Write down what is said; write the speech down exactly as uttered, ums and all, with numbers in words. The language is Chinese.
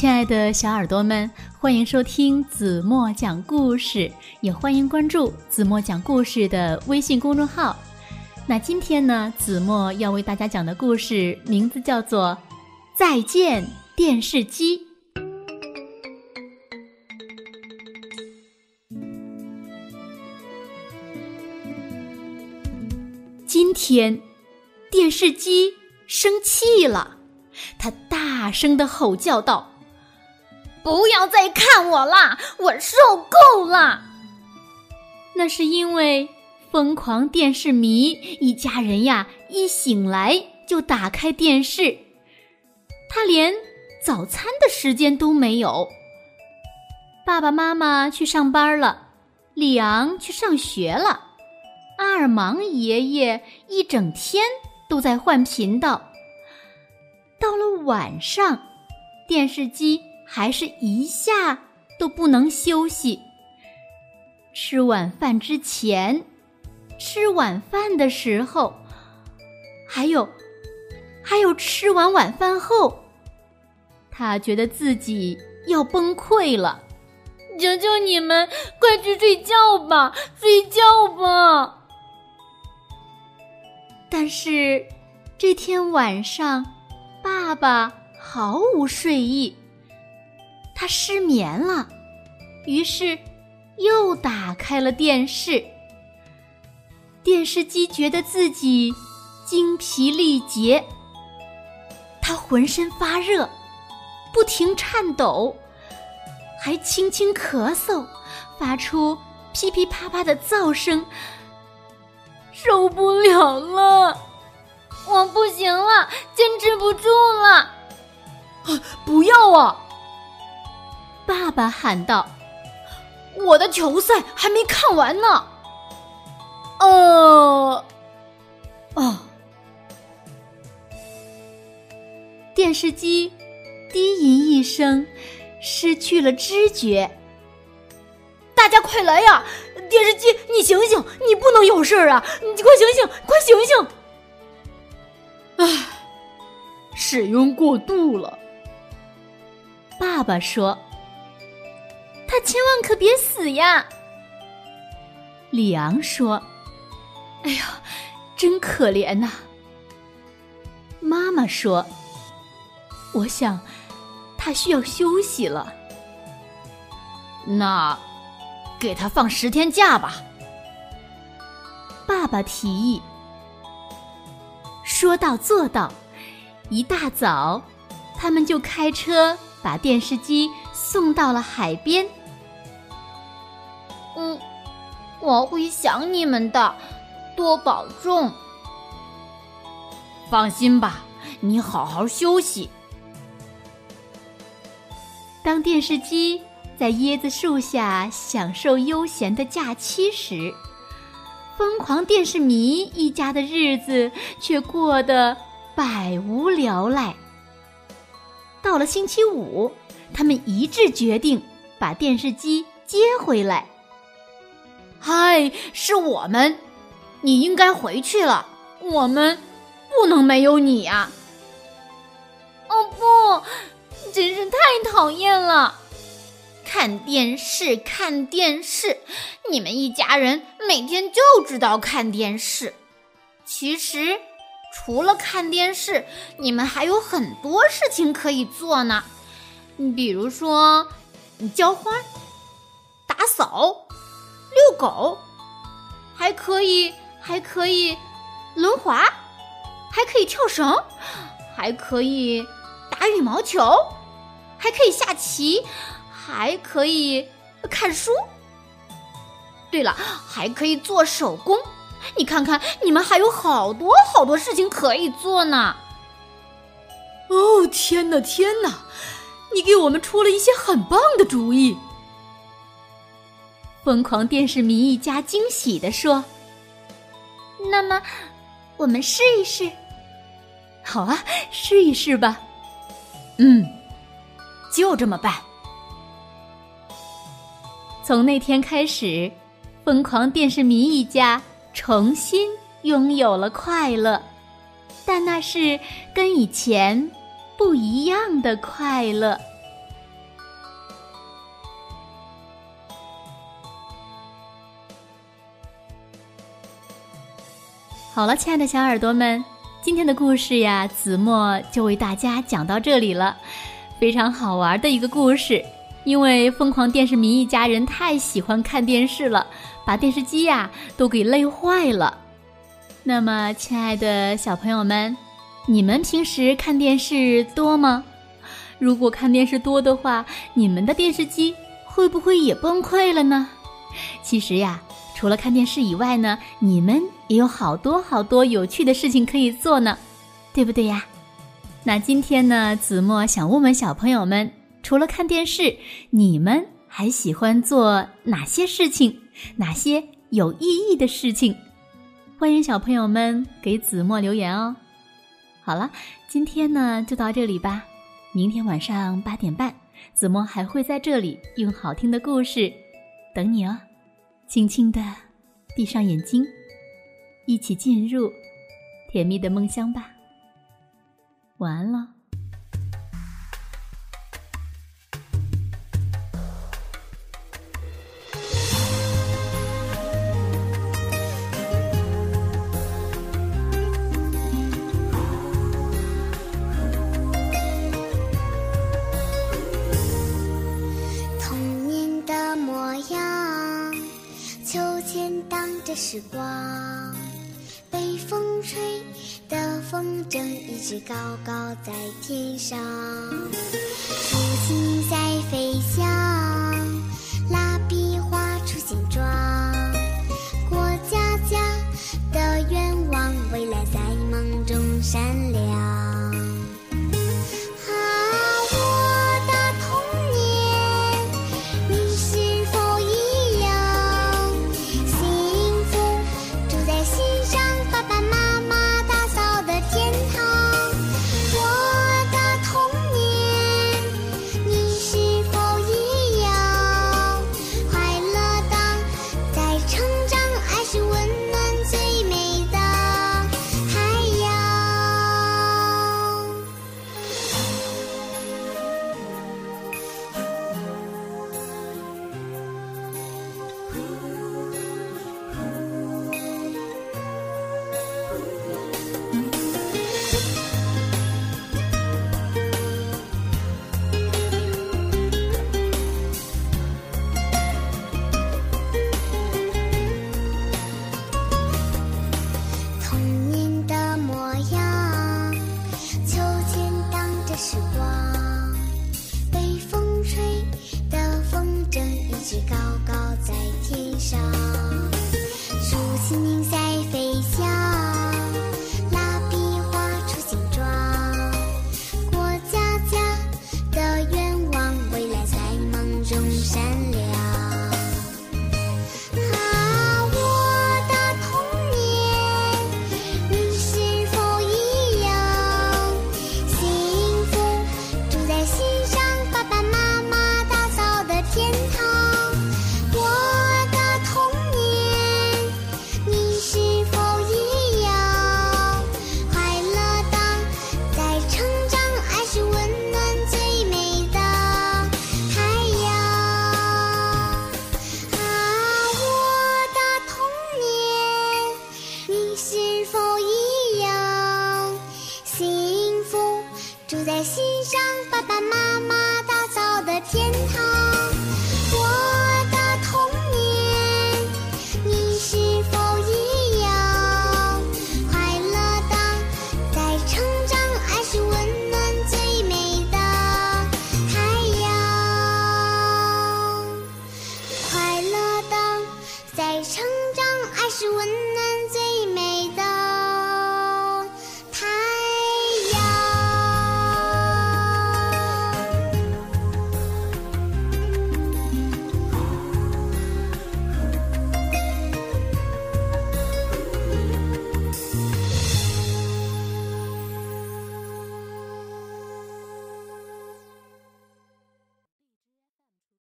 亲爱的小耳朵们，欢迎收听子墨讲故事，也欢迎关注子墨讲故事的微信公众号。那今天呢，子墨要为大家讲的故事名字叫做《再见电视机》。今天电视机生气了，他大声地吼叫道：不要再看我啦，我受够了。那是因为疯狂电视迷一家人呀，一醒来就打开电视，他连早餐的时间都没有。爸爸妈妈去上班了，里昂去上学了，阿尔芒爷爷一整天都在换频道。到了晚上，电视机还是一下都不能休息。吃晚饭之前，吃晚饭的时候，还有还有吃完晚饭后，他觉得自己要崩溃了。求求你们，快去睡觉吧，睡觉吧。但是这天晚上，爸爸毫无睡意，他失眠了，于是又打开了电视。电视机觉得自己精疲力竭，他浑身发热，不停颤抖，还轻轻咳嗽，发出噼噼啪啪的噪声。受不了了，我不行了，坚持不住了。啊，不要啊！爸爸喊道：我的球赛还没看完呢。呃哦电视机低吟一声，失去了知觉。大家快来呀！电视机，你醒醒，你不能有事啊！你快醒醒，快醒醒！唉，使用过度了。爸爸说：他千万可别死呀。里昂说：哎呀，真可怜呐。妈妈说：我想他需要休息了。那给他放十天假吧。爸爸提议。说到做到，一大早他们就开车把电视机送到了海边。嗯，我会想你们的，多保重。放心吧，你好好休息。当电视机在椰子树下享受悠闲的假期时，疯狂电视迷一家的日子却过得百无聊赖。到了星期五，他们一致决定把电视机接回来。嗨，是我们，你应该回去了，我们不能没有你啊。哦不，真是太讨厌了。看电视看电视，你们一家人每天就知道看电视。其实除了看电视，你们还有很多事情可以做呢。比如说浇花、打扫、遛狗，还可以还可以轮滑，还可以跳绳，还可以打羽毛球，还可以下棋，还可以看书。对了，还可以做手工。你看看，你们还有好多好多事情可以做呢。哦，天哪天哪，你给我们出了一些很棒的主意。疯狂电视迷一家惊喜地说：那么我们试一试。好啊，试一试吧。嗯，就这么办。从那天开始，疯狂电视迷一家重新拥有了快乐，但那是跟以前不一样的快乐。 好了，亲爱的小耳朵们，今天的故事呀，子墨就为大家讲到这里了。非常好玩的一个故事，因为疯狂电视迷一家人太喜欢看电视了，把电视机呀都给累坏了。那么亲爱的小朋友们，你们平时看电视多吗？如果看电视多的话，你们的电视机会不会也崩溃了呢？其实呀，除了看电视以外呢，你们也有好多好多有趣的事情可以做呢，对不对呀？那今天呢，子墨想问问小朋友们，除了看电视，你们还喜欢做哪些事情？哪些有意义的事情？欢迎小朋友们给子墨留言哦。好了，今天呢就到这里吧。明天晚上八点半，子墨还会在这里用好听的故事等你哦。轻轻地闭上眼睛，一起进入甜蜜的梦乡吧。晚安了。 童年的模样，秋千荡着时光，被风吹的风筝一直高高在天上，竹蜻在飞翔，蜡笔画出形状，过家家的愿望，未来在梦中闪亮。时光被风吹的风筝一直高高在天上，竹蜻在飞翔，蜡笔画出形状，过家家的愿望，未来在梦中闪亮。住在心上，爸爸妈妈打造的天堂。